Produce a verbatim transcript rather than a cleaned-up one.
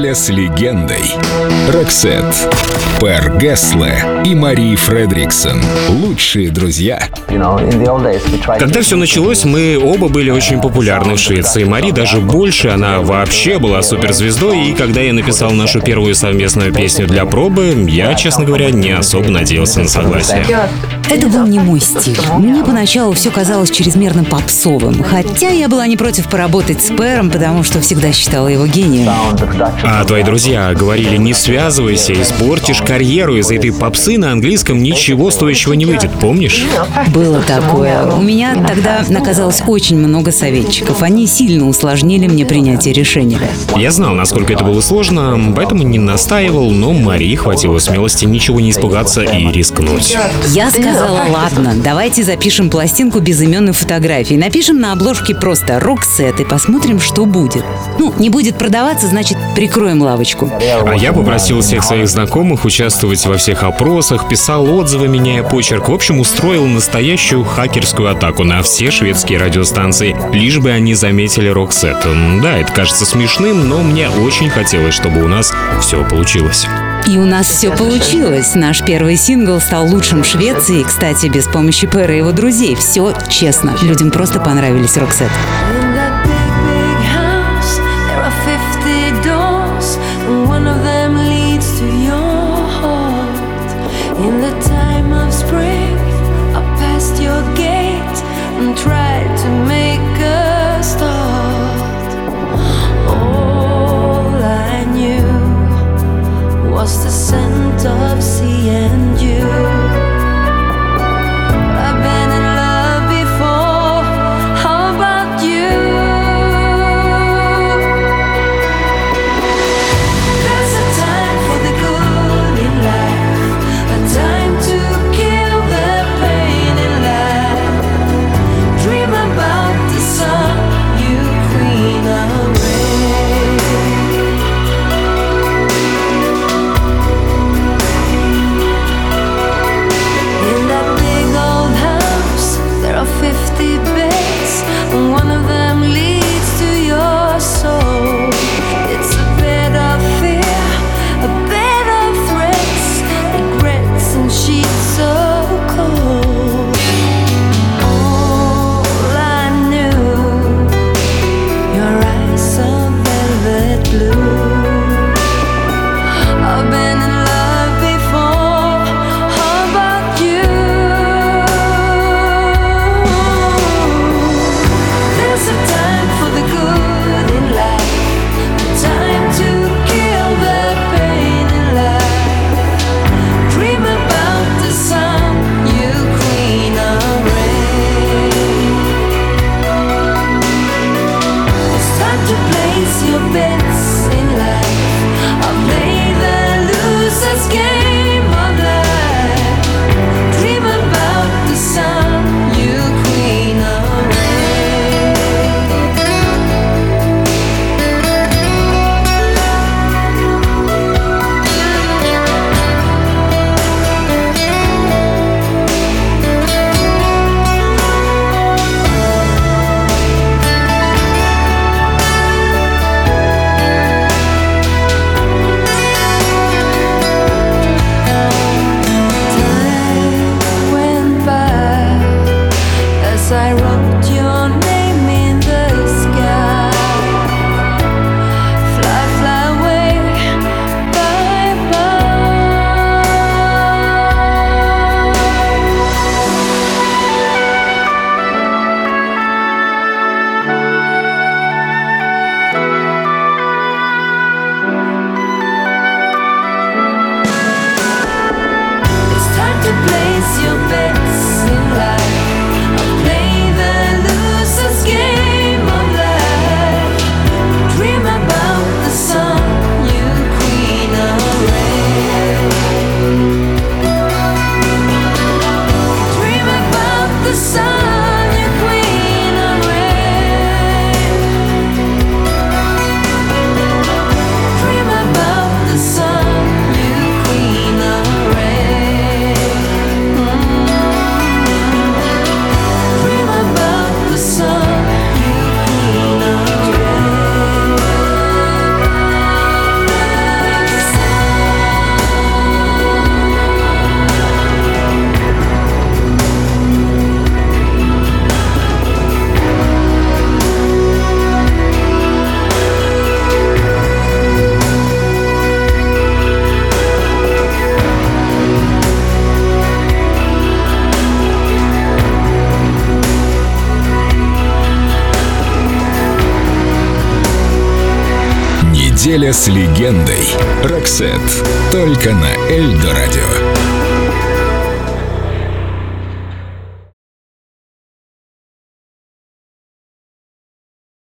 неделя с легендой. Роксет, Per Gessle и Мари Фредриксон – лучшие друзья. Когда все началось, мы оба были очень популярны в Швеции. Мари даже больше, она вообще была суперзвездой. И когда я написал нашу первую совместную песню для пробы, я, честно говоря, не особо надеялся на согласие. Это был не мой стиль. Мне поначалу все казалось чрезмерно попсовым. Хотя я была не против поработать с Пером, потому что всегда считала его гением. А твои друзья говорили: не связывайся, испортишь карьеру, из этой попсы на английском ничего стоящего не выйдет, помнишь? Было такое. У меня тогда оказалось очень много советчиков. Они сильно усложнили мне принятие решения. Я знал, насколько это было сложно, поэтому не настаивал, но Мари хватило смелости ничего не испугаться и рискнуть. Я сказала: ладно, давайте запишем пластинку безыменной фотографии. Напишем на обложке просто «Роксет» и посмотрим, что будет. Ну, не будет продаваться, значит, прикроем лавочку. А я попросил всех своих знакомых участвовать во всех опросах, писал отзывы, меняя почерк. В общем, устроил настоящую хакерскую атаку на все шведские радиостанции, лишь бы они заметили Роксет. Да, это кажется смешным, но мне очень хотелось, чтобы у нас все получилось. И у нас все получилось. Наш первый сингл стал лучшим в Швеции. Кстати, без помощи Пэра и его друзей. Все честно. Людям просто понравились Роксет. Was the scent of sea and you. I've been in love before. How about you? There's a time for the good in life, a time to kill the pain in life. Dream about the sun, you queen of rain. Неделя с легендой. Роксет. Только на Эльдо радио.